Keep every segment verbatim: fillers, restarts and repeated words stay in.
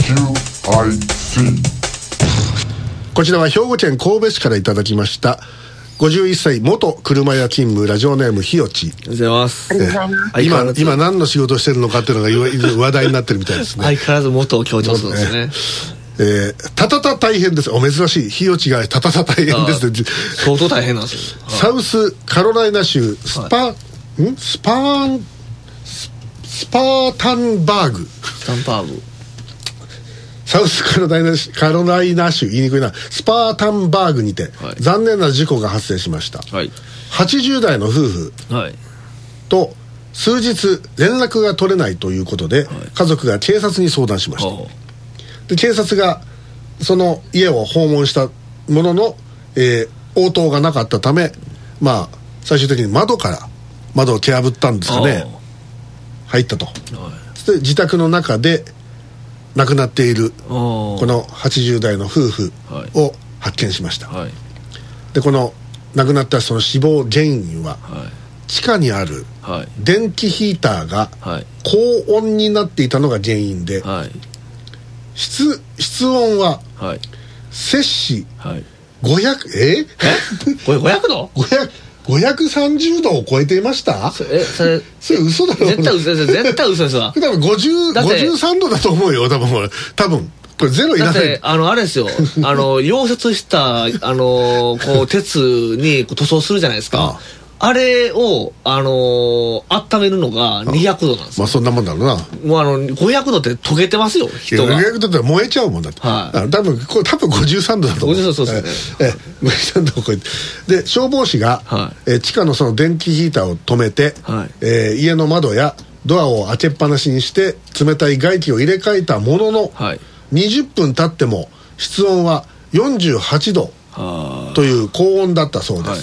キューアイシー。 こちらは兵庫県神戸市からいただきましたごじゅういっさい元車屋勤務ラジオネームひよち。 ありがとうございます。 え今今何の仕事をしてるのかっていうのが話題になってるみたいですね。 相変わらず元を強調するんですね。 えー、たたた大変です。お珍しい。ひよちがたたた大変ですね。 相当大変なんですよ。 サウスカロライナ州スパ、はい、んスパーンスパータンバーグスタンバーグサウスカロライナカロライナ州言いにくいなスパータンバーグにて、はい、残念な事故が発生しました、はい、はちじゅう代の夫婦、はい、と数日連絡が取れないということで、はい、家族が警察に相談しました、はい、で警察がその家を訪問したものの、えー、応答がなかったため、まあ最終的に窓から窓を蹴破ったんですかね、入ったと、はい、そして自宅の中で亡くなっているこのはちじゅう代の夫婦を発見しました、はい、でこの亡くなったその死亡原因は、はい、地下にある電気ヒーターが高温になっていたのが原因で、はい、室, 室温は摂氏ごひゃく、ええこれごひゃくどごひゃくごひゃくさんじゅうどを超えていました。 えそれそれ嘘だろ。 絶対嘘です。絶対嘘ですわ。 多分ごじゅう、ごじゅうさんどだと思うよ。多分これ多分これゼロいらない。だってあのあれですよ。あの溶接したあのこう鉄に塗装するじゃないですか。あああれを、あのー、温めるのがにひゃくどなんですよ。 まあそんなもんだろうな。 もうあのごひゃくどって溶けてますよ人が。 ごひゃくどって燃えちゃうもんだって、はい、多分これ多分ごじゅうさんどだと思う。 ごじゅうさんどそうですね、 ええごじゅうさんどを超えてで消防士が、はい、え地下のその電気ヒーターを止めて、はいえー、家の窓やドアを開けっぱなしにして冷たい外気を入れ替えたものの、はい、にじゅっぷん経っても室温はよんじゅうはちどという高温だったそうです、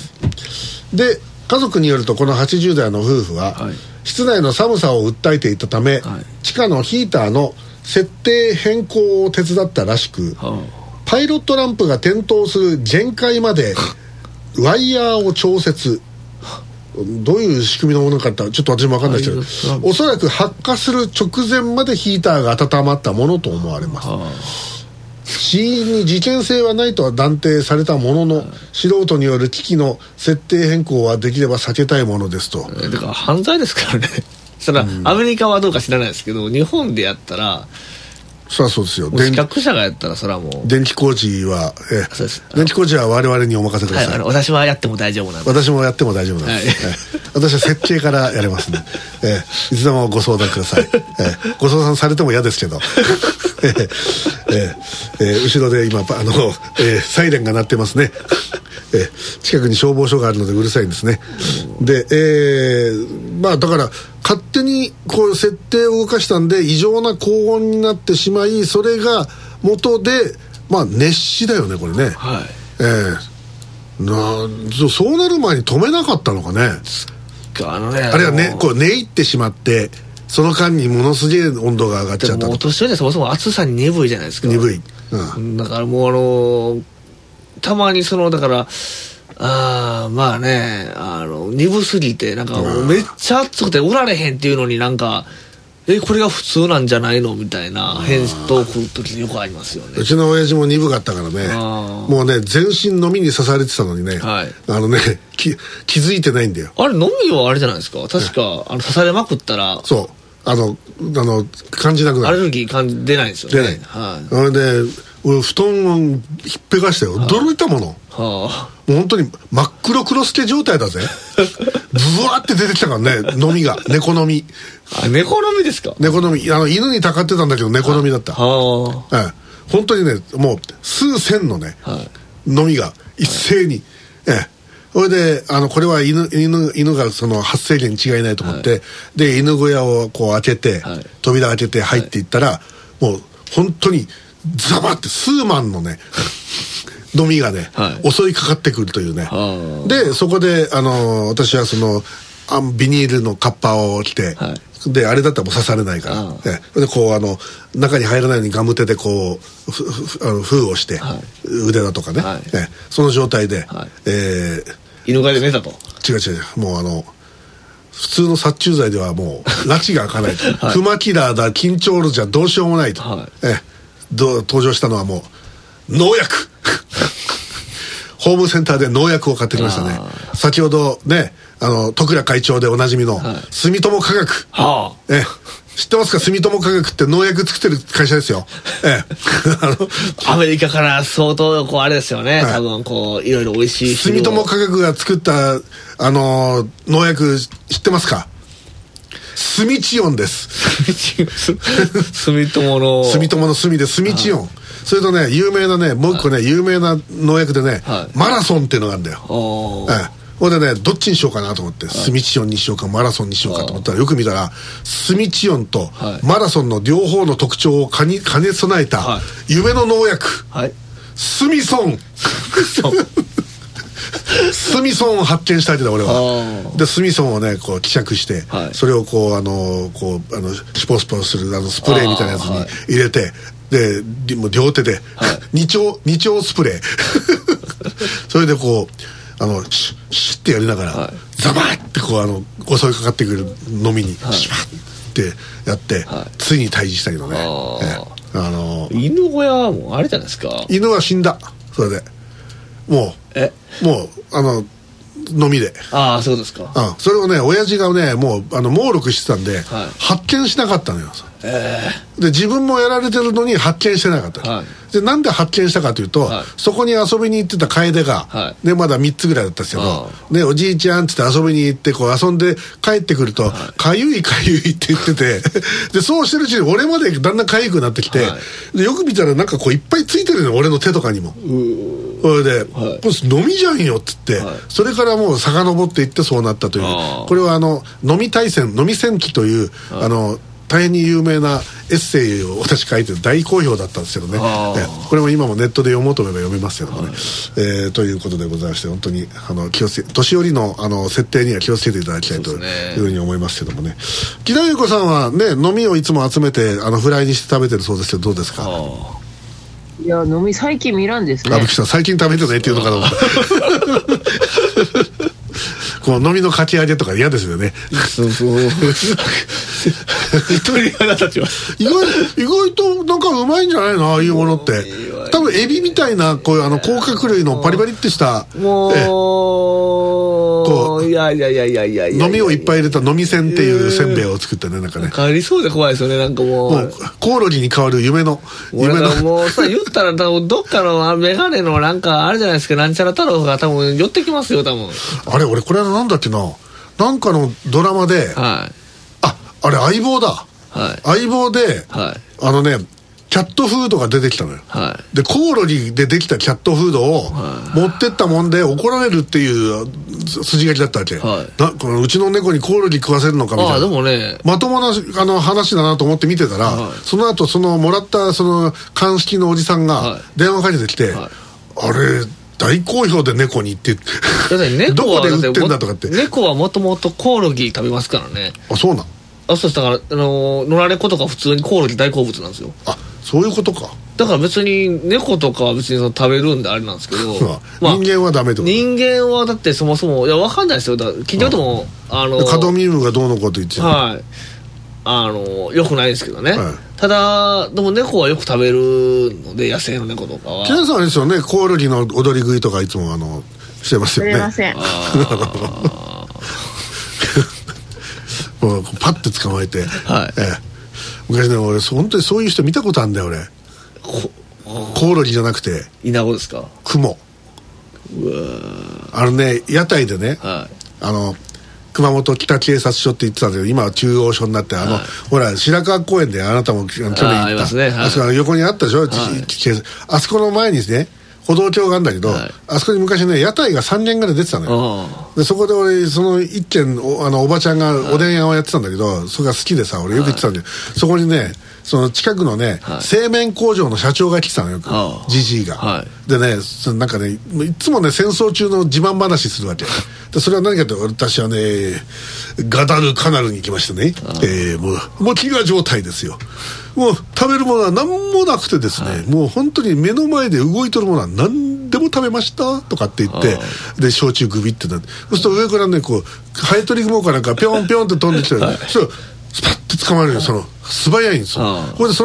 はい、で家族によるとこのはちじゅう代の夫婦は、はい、室内の寒さを訴えていたため、はい、地下のヒーターの設定変更を手伝ったらしく、はあ、パイロットランプが点灯する限界までワイヤーを調節どういう仕組みのものかってちょっと私も分かんないですけどおそらく発火する直前までヒーターが温まったものと思われます、はあ死因に事件性はないとは断定されたものの、はい、素人による機器の設定変更はできれば避けたいものですと。 えだから犯罪ですからねそれはアメリカはどうか知らないですけど日本でやったらそりゃそうですよ。 資格者がやったらそれはもう電気工事はえそうです電気工事は我々にお任せください、はい、あの私はやっても大丈夫なんで私もやっても大丈夫なんです、はいえ私は設計からやれますね、えいつでもご相談ください、えご相談されても嫌ですけどえーえーえー、後ろで今あの、えー、サイレンが鳴ってますね、えー、近くに消防署があるのでうるさいんですね、うん、で、えー、まあだから勝手にこう設定を動かしたんで異常な高温になってしまいそれが元でまあ熱死だよねこれね、はいえー、なそうなる前に止めなかったのかねあのねあれはねこう寝入ってしまってその間にものすげえ温度が上がっちゃったでもお年寄りはそもそも暑さに鈍いじゃないですか鈍い、 うん、だからもうあのー、たまにそのだからあまあねあの鈍すぎてなんかもうめっちゃ暑くておられへんっていうのになんかえこれが普通なんじゃないのみたいな返答を来る時よくありますよね。 うちの親父も鈍かったからねもうね全身のみに刺されてたのにね、はい、あのねき気づいてないんだよ。 あれのみはあれじゃないですか確かあの刺されまくったらそうあのあの感じなくなるアレルギー感じ出ないんですよね。 出ない、はい、あれで俺布団をひっぺかして驚いたもの、はあ、もう本当に真っ黒黒助状態だぜブワーって出てきたからねのみが猫のみあ猫のみですか。 猫のみあの犬にたかってたんだけど猫のみだった、はあはい、本当にねもう数千のね、はい、のみが一斉に、はい、ええそれであのこれは 犬, 犬, 犬がその発生源に違いないと思って、はい、で犬小屋をこう開けて、はい、扉開けて入っていったら、はい、もう本当にザバって数万のねのみがね、はい、襲いかかってくるというねでそこであの私はそのあビニールのカッパを着て、はい、であれだったらもう刺されないからででこうあの中に入らないようにガム手でこうふあの封をして、はい、腕だとかね、はい、ねその状態で、はいえー、犬小屋で寝たと。 違う違うもうあの普通の殺虫剤ではもう拉致が開かないと、はい、クマキラーだ緊張ルじゃどうしようもないと、はいえど登場したのはもう農薬ホームセンターで農薬を買ってきましたね。先ほどね、あの徳倉会長でおなじみの住友化学、はあ、え知ってますか？住友化学って農薬作ってる会社ですよ。ええ、あのアメリカから相当こうあれですよね、はい、多分こういろいろ美味しい住友化学が作ったあの農薬知ってますか？スミチオンです。 住友の住友の住でスミチオン、はい、それとね有名なねもう一個ね、はい、有名な農薬でね、はい、マラソンっていうのがあるんだよ。ええ、ほんでねどっちにしようかなと思って、はい、スミチオンにしようかマラソンにしようかと思ったら、よく見たらスミチオンとマラソンの両方の特徴を兼ね備えた夢の農薬、はい、スミソンスミソンを発見したわけだ俺は。でスミソンをねこう希釈して、はい、それをこうあのこうあのスポスポするあのスプレーみたいなやつに入れて、でもう両手で、はい、二丁二丁スプレーそれでこうあのシュッシュッてやりながら、はい、ザバッてこうあの襲いかかってくる飲みに、はい、シュバッてやって、はい、ついに退治したけどね。あ、 えあの犬小屋はもうあれじゃないですか。 犬は死んだ。それでもうえもうあの飲みで。 ああそうですか。 うん、それをね親父がねもうあの猛録してたんで、はい、発見しなかったのよ。えー、で自分もやられてるのに発見してなかった、はい、でなんで発見したかというと、はい、そこに遊びに行ってた楓が、はい、でまだみっつぐらいだったんですけど、でおじいちゃんっつって遊びに行ってこう遊んで帰ってくると、かゆいかゆいって言っててでそうしてるうちに俺までだんだんかゆくなってきて、はい、でよく見たらなんかこういっぱいついてるの俺の手とかにも。それで、はい、これ飲みじゃんよっつって、はい、それからもう遡っていってそうなったという。これはあの飲み大戦飲み戦記という、はい、あの大変に有名なエッセイを私書いて大好評だったんですけどね。これも今もネットで読もうと思えば読めますけどもね、はい、えー、ということでございまして、本当にあの気をつけ年寄りのあの設定には気をつけていただきたいというふうに思いますけどもね。木田優子さんはね飲みをいつも集めてあのフライにして食べてるそうですけどどうですか？ いや飲み最近見らんですね。 あぶきさん最近食べてないっていうのかなこの飲みのかき揚げとか嫌ですよね。そうそう鳥肌立ちます。 意外意外となんかうまいんじゃないのああいうものって。多分エビみたいなこういうあの甲殻類のパリパリってしたもうこういやいやいやいやいやいや飲みをいっぱい入れた飲みせんっていうせんべいを作ってねなんかね。 ありそうで怖いですよねなんかもう。もうコオロギに変わる夢の夢のもうさ言ったら多分どっかのメガネのなんかあれじゃないですかなんちゃら太郎が多分寄ってきますよ多分。 あれ俺これはなんだっけななんかのドラマで、はい、ああれ相棒だ、はい、相棒で、はい、あのねキャットフードが出てきたのよ、はい、でコオロギでできたキャットフードを持ってったもんで怒られるっていう筋書きだったわけ、はい、なこのうちの猫にコオロギ食わせるのかみたいな。あでも、ね、まともなあの話だなと思って見てたら、はい、その後そのもらったその鑑識のおじさんが電話かけてきて、はい、あれ大好評で猫にってどこで売ってんだとかって。 猫はもともとコオロギ食べますからね。 あそうなん。 あそうしたからあの野良猫とか普通にコオロギ大好物なんですよ。 あそういうことか。 だから別に猫とかは別にその食べるんであれなんですけどまあ、人間はダメってこと。 人間はだってそもそもいや分かんないですよ。だから聞いたこともああのカドミウムがどうのこと言ってはいあのよくないですけどね、はい、ただでも猫はよく食べるので野生の猫とかは。 木田さんあれですよねコオロギの踊り食いとかいつもあのしてますよね。 すいませんもうパッて捕まえて、はいええ、昔ね俺本当にそういう人見たことあるんだよ俺。コオロギじゃなくてイナゴですか。 クモ。うわあのね屋台でね、はい、あの熊本北警察署って言ってたんだけど今は中央署になってあの、はい、ほら白川公園であなたも去年行った あ, あ, ねはい、あそこ横にあったでしょ、はい、あそこの前にね歩道橋があるんだけど、はい、あそこに昔ね屋台がさん軒ぐらい出てたのよ。でそこで俺そのいっ軒 お, あのおばちゃんがおでん屋をやってたんだけど、はい、それが好きでさ俺よく行ってたんだよ、はい、そこにねその近くのね、はい、製麺工場の社長が来てたのよじじいが、はい、でねそのなんかねいつもね戦争中の自慢話するわけでそれは何かって私はねガダルカナルに行きましてね、えー、もうもう飢餓状態ですよ。もう食べるものは何もなくてですね、はい、もう本当に目の前で動いてるものは何でも食べましたとかって言ってで焼酎グビってなってそうすると上からねこうハエトリグモかなんかピョンピョンって飛んできて、はい、それスパッて捕まえるよ。その素早いんですよ。これでそのまま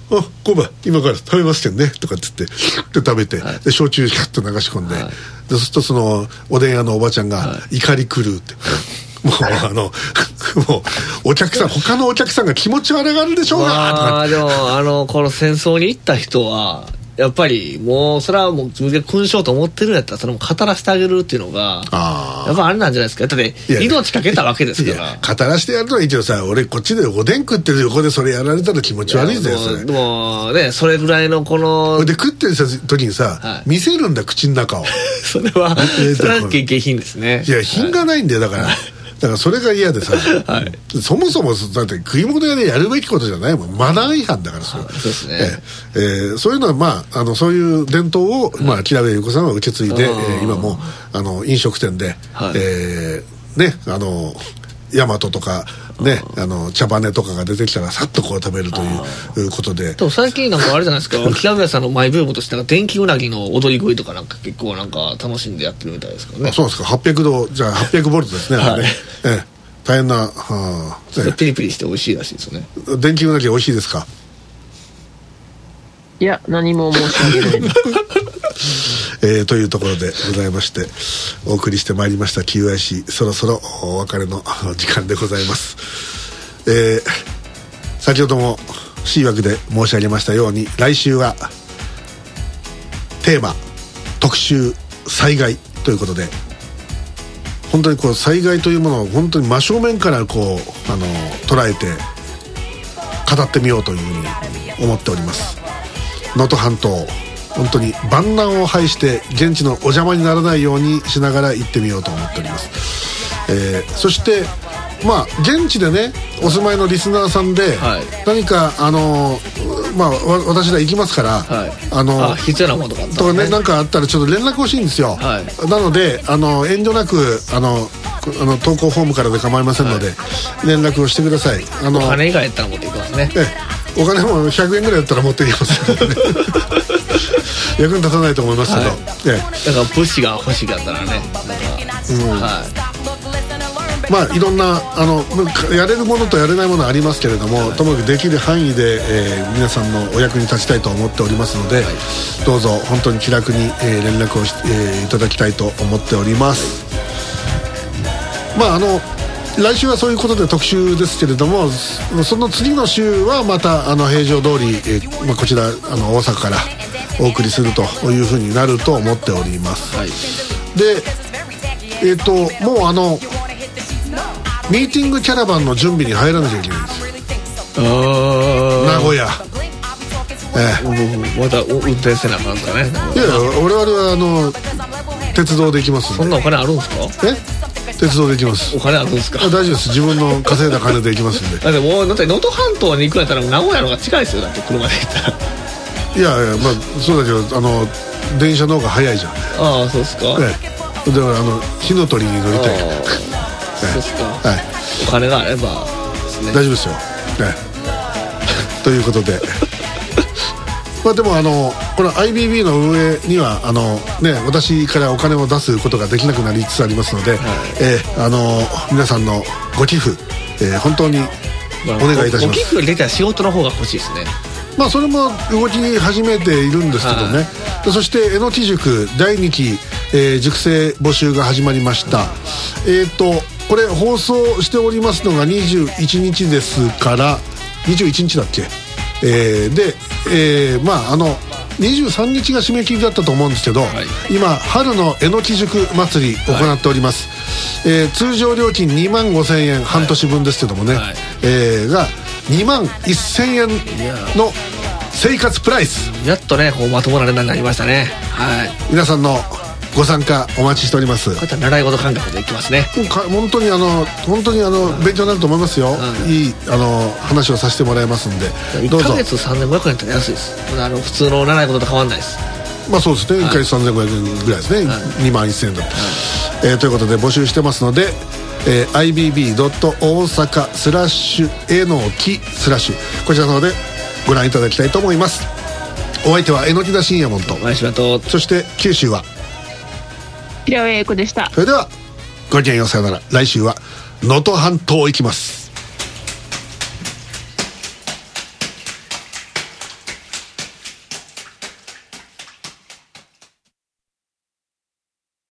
あ、ごば今から食べますけんねとかって言ってで食べて、はい、で焼酎キャッと流し込んで、はい、でそうするとそのおでん屋のおばちゃんが、はい、怒り狂うってもうあのもうお客さん他のお客さんが気持ち悪がるでしょうがとか。 あでもあのこの戦争に行った人はやっぱりもうそれはもう自分で勲章と思ってるんやったらそれも語らせてあげるっていうのがやっぱあれなんじゃないですか。だって命かけたわけですから。 語らせてやるのは一応さ、俺こっちでおでん食ってる横でそれやられたら気持ち悪いぜよ。それでもねそれぐらいのこので食ってる時にさ、はい、見せるんだ口の中をそれはそれは下品ですね。 いや品がないんだよだから、はい、だからそれが嫌でさ、はい、そもそもだって食い物屋でやるべきことじゃないもん。マナー違反だからそれ。 そうですね。 えーえー、そういうのはまああのそういう伝統を、はい、まあ木田部優子さんは受け継いで、えー、今もあの飲食店で、はい、えー、ねあの大和とかね、あの茶羽とかが出てきたらさっとこう食べるということで。 でも最近なんかあれじゃないですか北部さんのマイブームとしては電気うなぎの踊り食いとかなんか結構なんか楽しんでやってるみたいですからね。 あそうですか。はっぴゃくどじゃあはっぴゃくボルトですね、はい、あれね、ええ、大変な、はあ、ね、ピリピリして美味しいらしいですよね。 電気うなぎ美味しいですか。 いや何も申し上げないえー、というところでございましてお送りしてまいりました キューアイシー そろそろお別れの時間でございます。えー、先ほども C 枠で申し上げましたように来週はテーマ特集災害ということで本当にこう災害というものを本当に真正面からこうあの捉えて語ってみようというふうに思っております。能登半島本当に万難を排して現地のお邪魔にならないようにしながら行ってみようと思っております。えー、そしてまあ現地でねお住まいのリスナーさんで、はい、何かあのまあ私ら行きますから、はい、あのあ必要なものとかあった、ね、 とかねなんかあったらちょっと連絡欲しいんですよ。はい、なのであの遠慮なくあのあの投稿フォームからで構いませんので、はい、連絡をしてください。あのお金以外やったら持っていきますね。えお金もひゃくえんぐらいだったら持っていきます役に立たないと思いますけど、はい、 ええ、だから物資が欲しかったらねなんか、うんはい、 まあいろんなあのやれるものとやれないものありますけれども、はい、ともかくできる範囲で、えー、皆さんのお役に立ちたいと思っておりますので、はい、どうぞ本当に気楽に、えー、連絡をし、えー、いただきたいと思っております。はい、まああの来週はそういうことで特集ですけれどもその次の週はまたあの平常通り、えーまあ、こちらあの大阪からお送りするというふうになると思っております。はい、でえっ、ー、ともうあのミーティングキャラバンの準備に入らなきゃいけないんですよ。名古屋、 ええ、また運転せなあかんですかね。 いやいや我々はあの鉄道で行きますんで。 そんなお金あるんですか。 え鉄道で行きます。 お金あるんですか。 大丈夫です。自分の稼いだ金で行きますんで。 だってもうだって能登半島に行くんやったら名古屋の方が近いですよ。だって車で行ったら。 いやいやまあそうだけどあの電車の方が早いじゃん。 ああそうですか。 ええ、だからあの火の鳥に乗りたい。 そうですか。はい。お金があればですね。 大丈夫ですよ。ええ、ということで。まあでもあのこの アイビービー の運営にはあの、ね、私からお金を出すことができなくなりつつありますので、はい、えー、あの皆さんのご寄付、えー、本当にお願いいたします。 ご寄付出たら仕事の方が欲しいですね。 まあそれも動き始めているんですけどね、はい、そしてえのき塾だいにき、えー、塾生募集が始まりました。えっとこれ放送しておりますのがにじゅういちにちですからにじゅういちにちだっけ。えー、で、えー、まああのにじゅうさんにちが締め切りだったと思うんですけど、はい、今春のえのき塾祭り行っております。はい、えー、通常料金にまんごせんえん、はい、半年分ですけどもね、はい、えー、がにまんせんえんの生活プライス。 やっとねこうまともな値段になりましたね。はい、 皆さんのご参加お待ちしております。 こういった習い事感覚でいきますね。 本当にあの本当にあの勉強になると思いますよ。うん、いいあの話をさせてもらいますんで。 どうぞ。いっかげつさんぜんごひゃくえんって安いです。あの普通の習い事と変わらないです。 まあそうですね。いっかげつさんぜんごひゃくえんぐらいですね。はい、にまんせんえんだと、はい、えー、ということで募集してますので、えー、アイビービードット大阪スラッシュえのきスラッシュこちらの方でご覧いただきたいと思います。お相手は榎田信也門と前島と、 そして九州は平尾英子でした。 それではごきげんよう、さよなら。来週は能登半島行きます。